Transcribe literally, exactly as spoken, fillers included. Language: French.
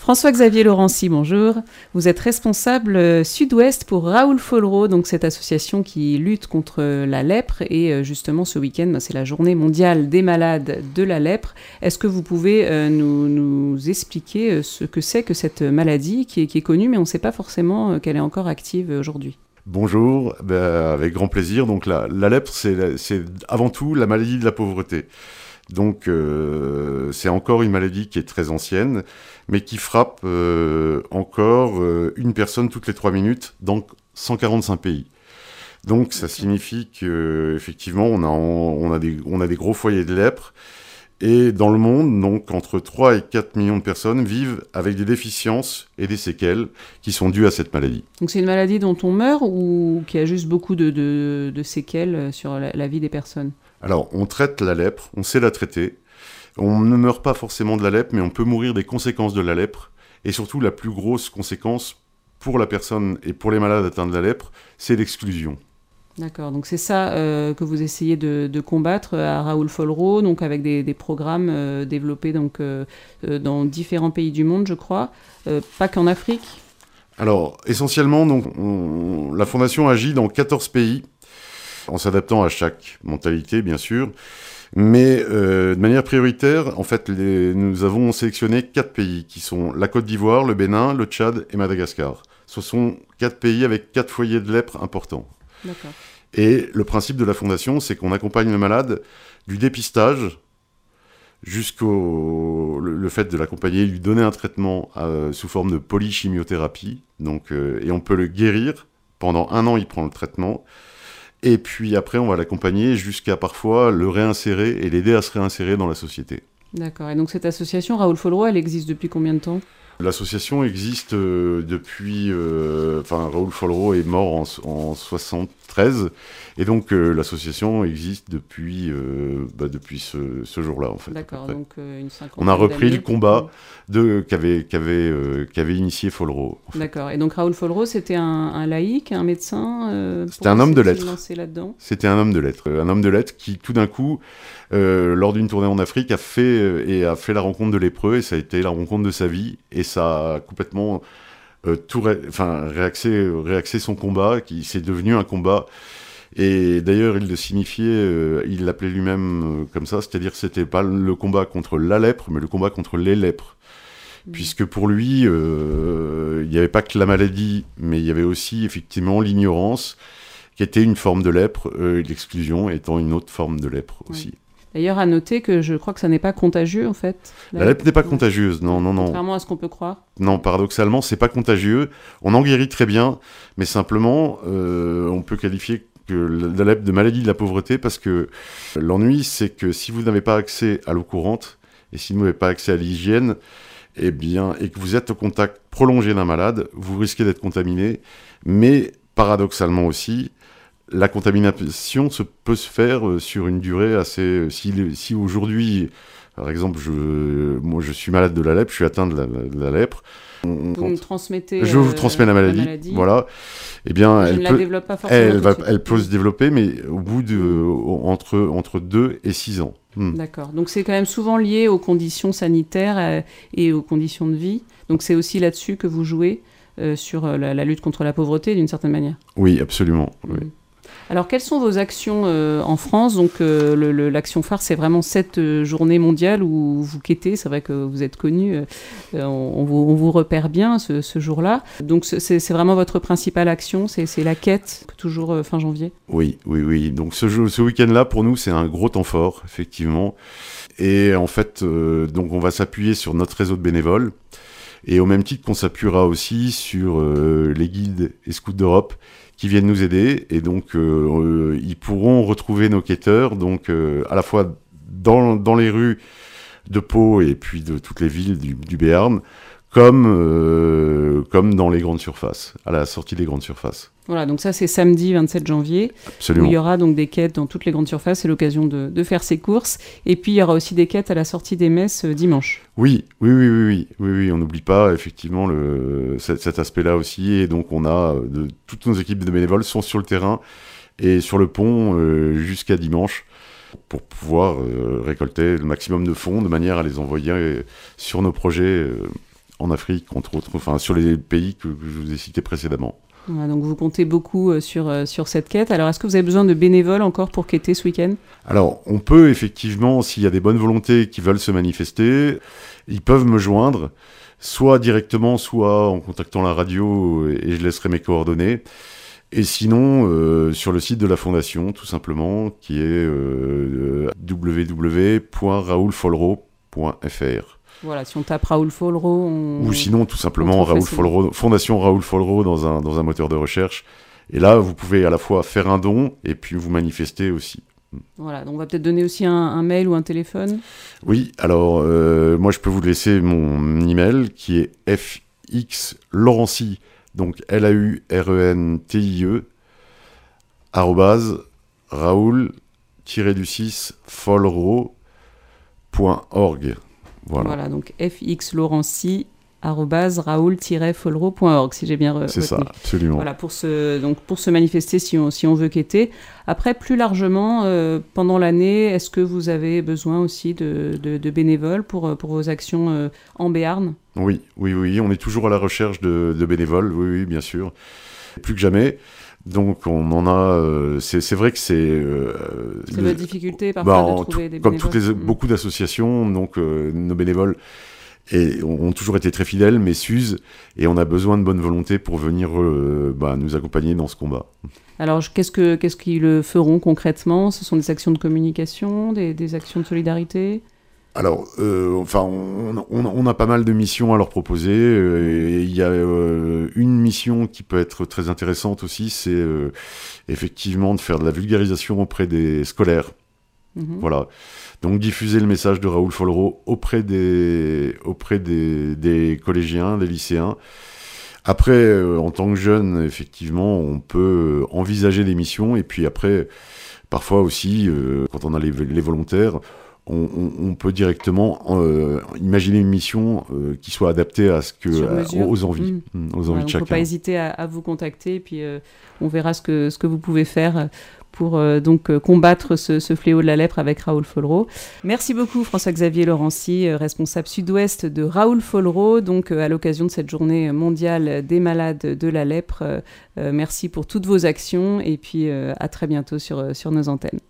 François-Xavier Laurency, bonjour. Vous êtes responsable euh, sud-ouest pour Raoul Follereau, donc cette association qui lutte contre la lèpre. Et euh, justement, ce week-end, bah, c'est la journée mondiale des malades de la lèpre. Est-ce que vous pouvez euh, nous, nous expliquer euh, ce que c'est que cette maladie qui est, qui est connue, mais on ne sait pas forcément euh, qu'elle est encore active euh, aujourd'hui? Bonjour, ben, avec grand plaisir. Donc la, la lèpre, c'est, c'est avant tout la maladie de la pauvreté. Donc euh, c'est encore une maladie qui est très ancienne, mais qui frappe euh, encore euh, une personne toutes les trois minutes dans cent quarante-cinq pays. Donc ça signifie qu'effectivement on a, on, a des, on a des gros foyers de lèpre, et dans le monde, donc entre trois et quatre millions de personnes vivent avec des déficiences et des séquelles qui sont dues à cette maladie. Donc c'est une maladie dont on meurt ou qui a juste beaucoup de, de, de séquelles sur la, la vie des personnes? Alors, on traite la lèpre, on sait la traiter. On ne meurt pas forcément de la lèpre, mais on peut mourir des conséquences de la lèpre. Et surtout, la plus grosse conséquence pour la personne et pour les malades atteints de la lèpre, c'est l'exclusion. D'accord, donc c'est ça euh, que vous essayez de, de combattre à Raoul Follereau, donc avec des, des programmes euh, développés donc, euh, dans différents pays du monde, je crois, euh, pas qu'en Afrique. Alors, essentiellement, donc, on, la Fondation agit dans quatorze pays, en s'adaptant à chaque mentalité, bien sûr. Mais euh, de manière prioritaire, en fait, les, nous avons sélectionné quatre pays, qui sont la Côte d'Ivoire, le Bénin, le Tchad et Madagascar. Ce sont quatre pays avec quatre foyers de lèpre importants. D'accord. Et le principe de la Fondation, c'est qu'on accompagne le malade du dépistage jusqu'au le, le fait de l'accompagner, lui donner un traitement euh, sous forme de polychimiothérapie. Donc, euh, et on peut le guérir. Pendant un an, il prend le traitement. Et puis après, on va l'accompagner jusqu'à parfois le réinsérer et l'aider à se réinsérer dans la société. D'accord. Et donc cette association, Raoul Follereau, elle existe depuis combien de temps ? L'association existe euh, depuis... Euh, enfin, Raoul Follereau est mort en, en soixante-treize. Et donc, euh, l'association existe depuis, euh, bah, depuis ce, ce jour-là, en fait. D'accord, donc euh, une cinquantaine On a repris d'années. le combat de, qu'avait, qu'avait, euh, qu'avait initié Follereau. En fait. D'accord. Et donc, Raoul Follereau, c'était un, un laïc, un médecin euh, C'était un homme de lettres. lancé là-dedans. C'était un homme de lettres. Un homme de lettres qui, tout d'un coup, euh, lors d'une tournée en Afrique, a fait, euh, et a fait la rencontre de lépreux, et ça a été la rencontre de sa vie, et ça a complètement euh, tout ré- enfin, réaxé, réaxé son combat, qui c'est devenu un combat. Et d'ailleurs, il le signifiait, euh, il l'appelait lui-même euh, comme ça, c'est-à-dire que c'était pas le combat contre la lèpre, mais le combat contre les lèpres. Mmh. Puisque pour lui, euh, il n'y avait pas que la maladie, mais il y avait aussi effectivement l'ignorance, qui était une forme de lèpre, euh, l'exclusion étant une autre forme de lèpre aussi. Oui. D'ailleurs, à noter que je crois que ça n'est pas contagieux, en fait. La, la lèpre n'est pas ouais. contagieuse, non, non, non. Contrairement à ce qu'on peut croire. Non, paradoxalement, c'est pas contagieux. On en guérit très bien, mais simplement, euh, on peut qualifier que la lèpre de maladie de la pauvreté, parce que l'ennui, c'est que si vous n'avez pas accès à l'eau courante, et si vous n'avez pas accès à l'hygiène, eh bien, et que vous êtes au contact prolongé d'un malade, vous risquez d'être contaminé, mais paradoxalement aussi, la contamination se, peut se faire sur une durée assez... Si, si aujourd'hui, par exemple, je, moi je suis malade de la lèpre, je suis atteint de la, de la lèpre, on, vous me transmettez je vous transmets la maladie, la maladie. Voilà. Eh bien, je elle ne peut, la développe pas forcément. Elle, va, elle peut se développer, mais au bout de entre entre deux et six ans. Hmm. D'accord. Donc c'est quand même souvent lié aux conditions sanitaires et aux conditions de vie. Donc c'est aussi là-dessus que vous jouez euh, sur la, la lutte contre la pauvreté d'une certaine manière. Oui, absolument. Hmm. Oui. Alors, quelles sont vos actions euh, en France ? Donc, euh, le, le, l'action phare, c'est vraiment cette euh, journée mondiale où vous quêtez. C'est vrai que vous êtes connu, euh, on, on, vous, on vous repère bien ce, ce jour-là. Donc, c'est, c'est vraiment votre principale action, c'est, c'est la quête, toujours euh, fin janvier ? Oui, oui, oui. Donc, ce, ce week-end-là, pour nous, c'est un gros temps fort, effectivement. Et en fait, euh, donc, on va s'appuyer sur notre réseau de bénévoles. Et au même titre qu'on s'appuiera aussi sur euh, les guides et scouts d'Europe qui viennent nous aider, et donc euh, euh, ils pourront retrouver nos quêteurs, donc euh, à la fois dans, dans les rues de Pau et puis de toutes les villes du, du Béarn, comme, euh, comme dans les grandes surfaces, à la sortie des grandes surfaces. Voilà, donc ça c'est samedi vingt-sept janvier, Absolument. Où il y aura donc des quêtes dans toutes les grandes surfaces, c'est l'occasion de, de faire ses courses, et puis il y aura aussi des quêtes à la sortie des messes euh, dimanche. Oui, oui, oui, oui, oui, oui, oui, on n'oublie pas effectivement le, cet, cet aspect-là aussi, et donc on a, de, toutes nos équipes de bénévoles sont sur le terrain et sur le pont euh, jusqu'à dimanche, pour pouvoir euh, récolter le maximum de fonds de manière à les envoyer euh, sur nos projets euh, en Afrique, entre autres, enfin sur les pays que, que je vous ai cités précédemment. Voilà, donc vous comptez beaucoup euh, sur, euh, sur cette quête. Alors est-ce que vous avez besoin de bénévoles encore pour quêter ce week-end ? Alors on peut effectivement, s'il y a des bonnes volontés qui veulent se manifester, ils peuvent me joindre, soit directement, soit en contactant la radio, et je laisserai mes coordonnées. Et sinon, euh, sur le site de la Fondation, tout simplement, qui est euh, w w w point raoul follereau point f r. Voilà, si on tape Raoul Follereau, on... Ou sinon, tout simplement, Raoul Follereau, Fondation Raoul Follereau dans un, dans un moteur de recherche. Et là, vous pouvez à la fois faire un don et puis vous manifester aussi. Voilà, donc on va peut-être donner aussi un, un mail ou un téléphone. Oui, alors, euh, moi, je peux vous laisser mon email qui est fxlaurency, donc L A U R E N T I E, arrobase, raoul-du-six follereau point org. Voilà. Voilà, donc fxlaurency arobase raoul-follereau point org, si j'ai bien re- C'est retenu. ça, absolument. Voilà, pour se, donc pour se manifester si on, si on veut quêter. Après, plus largement, euh, pendant l'année, est-ce que vous avez besoin aussi de, de, de bénévoles pour, pour vos actions euh, en Béarn ? Oui, oui, oui, on est toujours à la recherche de, de bénévoles, oui, oui, bien sûr. Plus que jamais. Donc on en a, euh, c'est, c'est vrai que c'est... Euh, c'est le, la difficulté parfois bah, de en, trouver tout, des comme bénévoles. toutes les, Mmh. beaucoup d'associations, donc euh, nos bénévoles et, ont toujours été très fidèles, mais s'usent, et on a besoin de bonne volonté pour venir euh, bah, nous accompagner dans ce combat. Alors qu'est-ce, que, qu'est-ce qu'ils le feront concrètement ? Ce sont des actions de communication, des, des actions de solidarité ? Alors, euh, enfin, on, on, on a pas mal de missions à leur proposer. Euh, Il y a euh, une mission qui peut être très intéressante aussi, c'est euh, effectivement de faire de la vulgarisation auprès des scolaires. Mmh. Voilà. Donc diffuser le message de Raoul Follereau auprès des, auprès des, des collégiens, des lycéens. Après, euh, en tant que jeune, effectivement, on peut envisager des missions. Et puis après, parfois aussi, euh, quand on a les, les volontaires, On, on, on peut directement euh, imaginer une mission euh, qui soit adaptée à ce que, à, aux envies, mmh. aux envies voilà, de chacun. Il ne faut pas hésiter à, à vous contacter, et puis euh, on verra ce que, ce que vous pouvez faire pour euh, donc, euh, combattre ce, ce fléau de la lèpre avec Raoul Follereau. Merci beaucoup François-Xavier Laurency, responsable sud-ouest de Raoul Follereau, donc euh, à l'occasion de cette journée mondiale des malades de la lèpre. Euh, merci pour toutes vos actions, et puis euh, à très bientôt sur, sur nos antennes.